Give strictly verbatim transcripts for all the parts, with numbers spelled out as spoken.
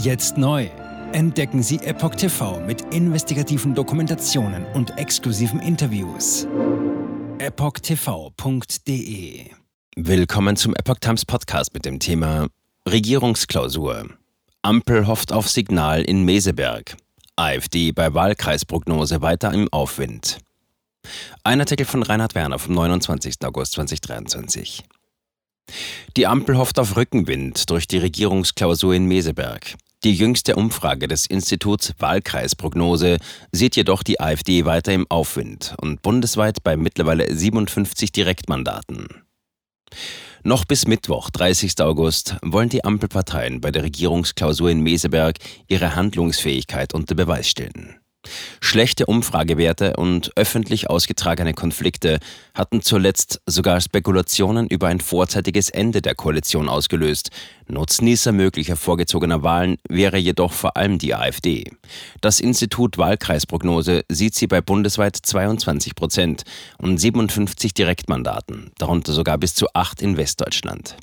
Jetzt neu. Entdecken Sie Epoch T V mit investigativen Dokumentationen und exklusiven Interviews. epoch t v punkt d e. Willkommen zum Epoch Times Podcast mit dem Thema Regierungsklausur. Ampel hofft auf Signal in Meseberg. AfD bei Wahlkreisprognose weiter im Aufwind. Ein Artikel von Reinhard Werner vom neunundzwanzigsten August zweitausenddreiundzwanzig. Die Ampel hofft auf Rückenwind durch die Regierungsklausur in Meseberg. Die jüngste Umfrage des Instituts Wahlkreisprognose sieht jedoch die AfD weiter im Aufwind und bundesweit bei mittlerweile siebenundfünfzig Direktmandaten. Noch bis Mittwoch, dreißigsten August, wollen die Ampelparteien bei der Regierungsklausur in Meseberg ihre Handlungsfähigkeit unter Beweis stellen. Schlechte Umfragewerte und öffentlich ausgetragene Konflikte hatten zuletzt sogar Spekulationen über ein vorzeitiges Ende der Koalition ausgelöst. Nutznießer möglicher vorgezogener Wahlen wäre jedoch vor allem die AfD. Das Institut Wahlkreisprognose sieht sie bei bundesweit zweiundzwanzig Prozent und siebenundfünfzig Direktmandaten, darunter sogar bis zu acht in Westdeutschland.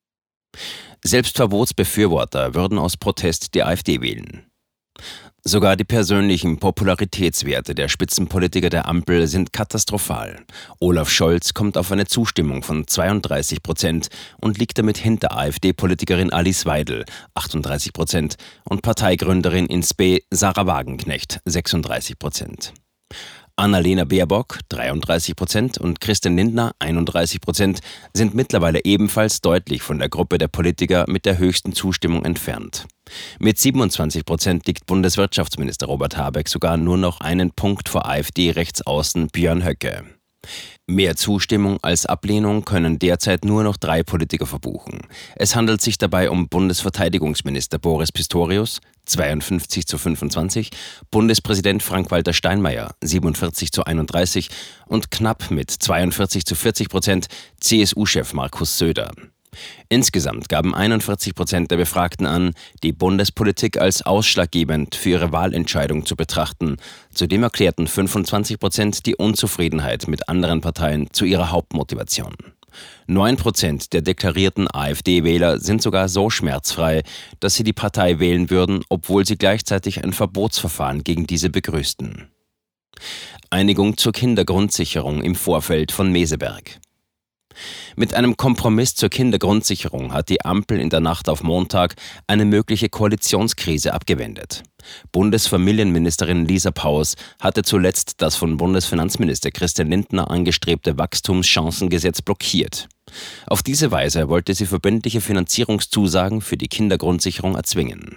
Selbst Verbotsbefürworter würden aus Protest die AfD wählen. Sogar die persönlichen Popularitätswerte der Spitzenpolitiker der Ampel sind katastrophal. Olaf Scholz kommt auf eine Zustimmung von zweiunddreißig Prozent und liegt damit hinter AfD-Politikerin Alice Weidel, achtunddreißig Prozent, und Parteigründerin in Spe Sarah Wagenknecht, sechsunddreißig Prozent. Annalena Baerbock, dreiunddreißig Prozent, und Christian Lindner, einunddreißig Prozent, sind mittlerweile ebenfalls deutlich von der Gruppe der Politiker mit der höchsten Zustimmung entfernt. Mit siebenundzwanzig Prozent liegt Bundeswirtschaftsminister Robert Habeck sogar nur noch einen Punkt vor AfD-Rechtsaußen Björn Höcke. Mehr Zustimmung als Ablehnung können derzeit nur noch drei Politiker verbuchen. Es handelt sich dabei um Bundesverteidigungsminister Boris Pistorius, zweiundfünfzig zu fünfundzwanzig, Bundespräsident Frank-Walter Steinmeier, siebenundvierzig zu einunddreißig und knapp mit zweiundvierzig zu vierzig Prozent C S U-Chef Markus Söder. Insgesamt gaben einundvierzig Prozent der Befragten an, die Bundespolitik als ausschlaggebend für ihre Wahlentscheidung zu betrachten. Zudem erklärten fünfundzwanzig Prozent die Unzufriedenheit mit anderen Parteien zu ihrer Hauptmotivation. neun Prozent der deklarierten AfD-Wähler sind sogar so schmerzfrei, dass sie die Partei wählen würden, obwohl sie gleichzeitig ein Verbotsverfahren gegen diese begrüßten. Einigung zur Kindergrundsicherung im Vorfeld von Meseberg. Mit einem Kompromiss zur Kindergrundsicherung hat die Ampel in der Nacht auf Montag eine mögliche Koalitionskrise abgewendet. Bundesfamilienministerin Lisa Paus hatte zuletzt das von Bundesfinanzminister Christian Lindner angestrebte Wachstumschancengesetz blockiert. Auf diese Weise wollte sie verbindliche Finanzierungszusagen für die Kindergrundsicherung erzwingen.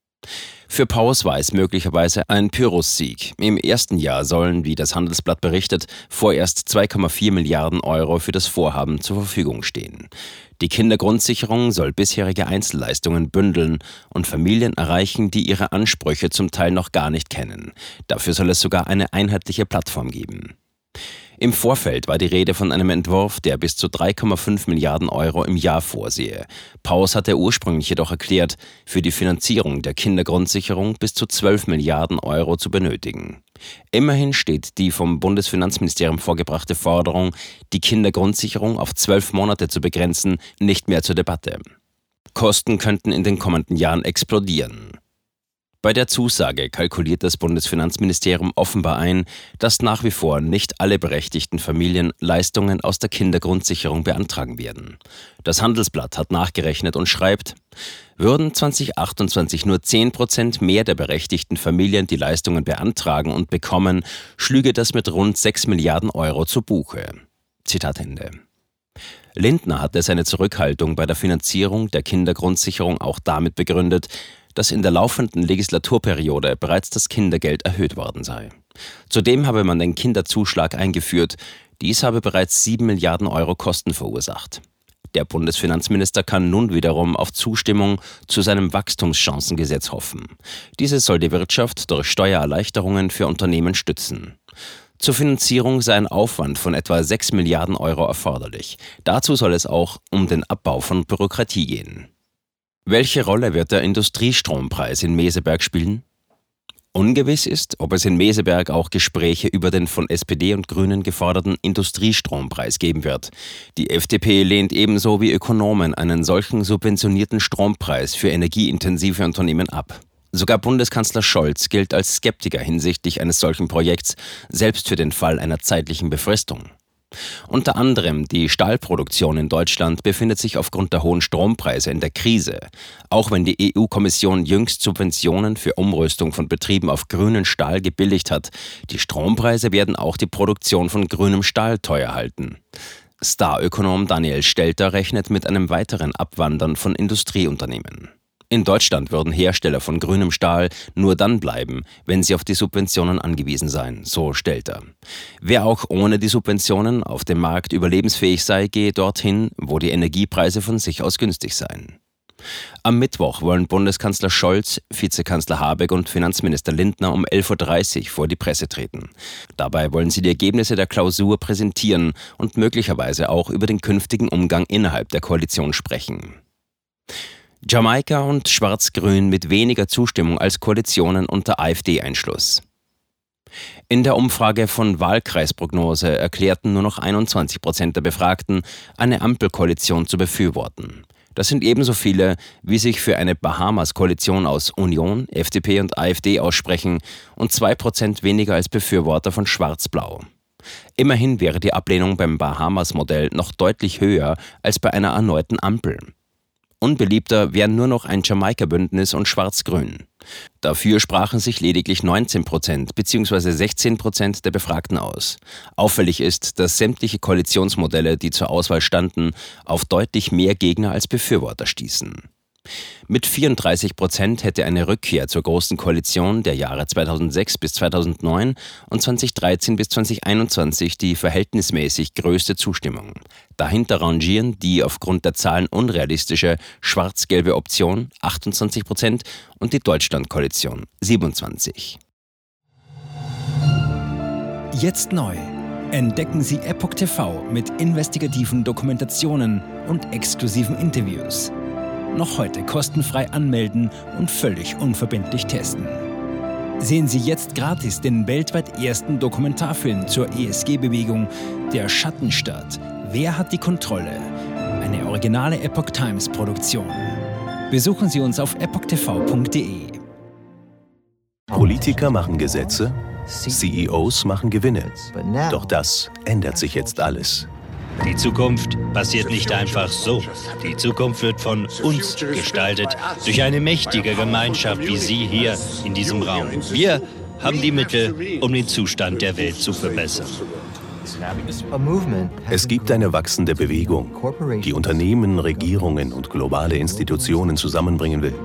Für Paus war es möglicherweise ein Pyrrhussieg. Im ersten Jahr sollen, wie das Handelsblatt berichtet, vorerst zwei Komma vier Milliarden Euro für das Vorhaben zur Verfügung stehen. Die Kindergrundsicherung soll bisherige Einzelleistungen bündeln und Familien erreichen, die ihre Ansprüche zum Teil noch gar nicht kennen. Dafür soll es sogar eine einheitliche Plattform geben. Im Vorfeld war die Rede von einem Entwurf, der bis zu drei Komma fünf Milliarden Euro im Jahr vorsehe. Paus hatte ursprünglich jedoch erklärt, für die Finanzierung der Kindergrundsicherung bis zu zwölf Milliarden Euro zu benötigen. Immerhin steht die vom Bundesfinanzministerium vorgebrachte Forderung, die Kindergrundsicherung auf zwölf Monate zu begrenzen, nicht mehr zur Debatte. Kosten könnten in den kommenden Jahren explodieren. Bei der Zusage kalkuliert das Bundesfinanzministerium offenbar ein, dass nach wie vor nicht alle berechtigten Familien Leistungen aus der Kindergrundsicherung beantragen werden. Das Handelsblatt hat nachgerechnet und schreibt, würden zweitausendachtundzwanzig nur zehn Prozent mehr der berechtigten Familien die Leistungen beantragen und bekommen, schlüge das mit rund sechs Milliarden Euro zu Buche. Zitat Ende. Lindner hatte seine Zurückhaltung bei der Finanzierung der Kindergrundsicherung auch damit begründet, dass in der laufenden Legislaturperiode bereits das Kindergeld erhöht worden sei. Zudem habe man den Kinderzuschlag eingeführt. Dies habe bereits sieben Milliarden Euro Kosten verursacht. Der Bundesfinanzminister kann nun wiederum auf Zustimmung zu seinem Wachstumschancengesetz hoffen. Dieses soll die Wirtschaft durch Steuererleichterungen für Unternehmen stützen. Zur Finanzierung sei ein Aufwand von etwa sechs Milliarden Euro erforderlich. Dazu soll es auch um den Abbau von Bürokratie gehen. Welche Rolle wird der Industriestrompreis in Meseberg spielen? Ungewiss ist, ob es in Meseberg auch Gespräche über den von S P D und Grünen geforderten Industriestrompreis geben wird. Die F D P lehnt ebenso wie Ökonomen einen solchen subventionierten Strompreis für energieintensive Unternehmen ab. Sogar Bundeskanzler Scholz gilt als Skeptiker hinsichtlich eines solchen Projekts, selbst für den Fall einer zeitlichen Befristung. Unter anderem die Stahlproduktion in Deutschland befindet sich aufgrund der hohen Strompreise in der Krise. Auch wenn die E U-Kommission jüngst Subventionen für Umrüstung von Betrieben auf grünen Stahl gebilligt hat, die Strompreise werden auch die Produktion von grünem Stahl teuer halten. Star-Ökonom Daniel Stelter rechnet mit einem weiteren Abwandern von Industrieunternehmen. In Deutschland würden Hersteller von grünem Stahl nur dann bleiben, wenn sie auf die Subventionen angewiesen seien, so Stelter. Wer auch ohne die Subventionen auf dem Markt überlebensfähig sei, gehe dorthin, wo die Energiepreise von sich aus günstig seien. Am Mittwoch wollen Bundeskanzler Scholz, Vizekanzler Habeck und Finanzminister Lindner um elf Uhr dreißig vor die Presse treten. Dabei wollen sie die Ergebnisse der Klausur präsentieren und möglicherweise auch über den künftigen Umgang innerhalb der Koalition sprechen. Jamaika und Schwarz-Grün mit weniger Zustimmung als Koalitionen unter AfD-Einschluss. In der Umfrage von Wahlkreisprognose erklärten nur noch einundzwanzig Prozent der Befragten, eine Ampelkoalition zu befürworten. Das sind ebenso viele, wie sich für eine Bahamas-Koalition aus Union, F D P und AfD aussprechen und zwei Prozent weniger als Befürworter von Schwarz-Blau. Immerhin wäre die Ablehnung beim Bahamas-Modell noch deutlich höher als bei einer erneuten Ampel. Unbeliebter wären nur noch ein Jamaika-Bündnis und Schwarz-Grün. Dafür sprachen sich lediglich neunzehn Prozent bzw. sechzehn Prozent der Befragten aus. Auffällig ist, dass sämtliche Koalitionsmodelle, die zur Auswahl standen, auf deutlich mehr Gegner als Befürworter stießen. Mit vierunddreißig Prozent hätte eine Rückkehr zur Großen Koalition der Jahre zweitausendsechs bis zweitausendneun und zweitausenddreizehn bis zweitausendeinundzwanzig die verhältnismäßig größte Zustimmung. Dahinter rangieren die aufgrund der Zahlen unrealistische schwarz-gelbe Option achtundzwanzig Prozent und die Deutschland-Koalition siebenundzwanzig Prozent. Jetzt neu. Entdecken Sie Epoch T V mit investigativen Dokumentationen und exklusiven Interviews. Noch heute kostenfrei anmelden und völlig unverbindlich testen. Sehen Sie jetzt gratis den weltweit ersten Dokumentarfilm zur E S G-Bewegung Der Schattenstaat. Wer hat die Kontrolle? Eine originale Epoch Times Produktion. Besuchen Sie uns auf epoch t v punkt d e. Politiker machen Gesetze, C E Os machen Gewinne. Doch das ändert sich jetzt alles. Die Zukunft passiert nicht einfach so. Die Zukunft wird von uns gestaltet, durch eine mächtige Gemeinschaft wie Sie hier in diesem Raum. Wir haben die Mittel, um den Zustand der Welt zu verbessern. Es gibt eine wachsende Bewegung, die Unternehmen, Regierungen und globale Institutionen zusammenbringen will.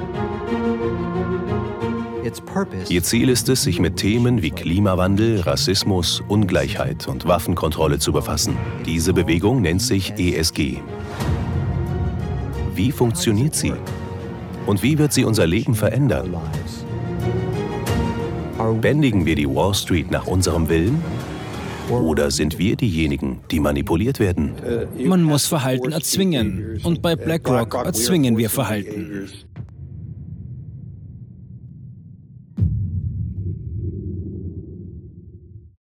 Ihr Ziel ist es, sich mit Themen wie Klimawandel, Rassismus, Ungleichheit und Waffenkontrolle zu befassen. Diese Bewegung nennt sich E S G. Wie funktioniert sie? Und wie wird sie unser Leben verändern? Bändigen wir die Wall Street nach unserem Willen? Oder sind wir diejenigen, die manipuliert werden? Man muss Verhalten erzwingen. Und bei BlackRock erzwingen wir Verhalten.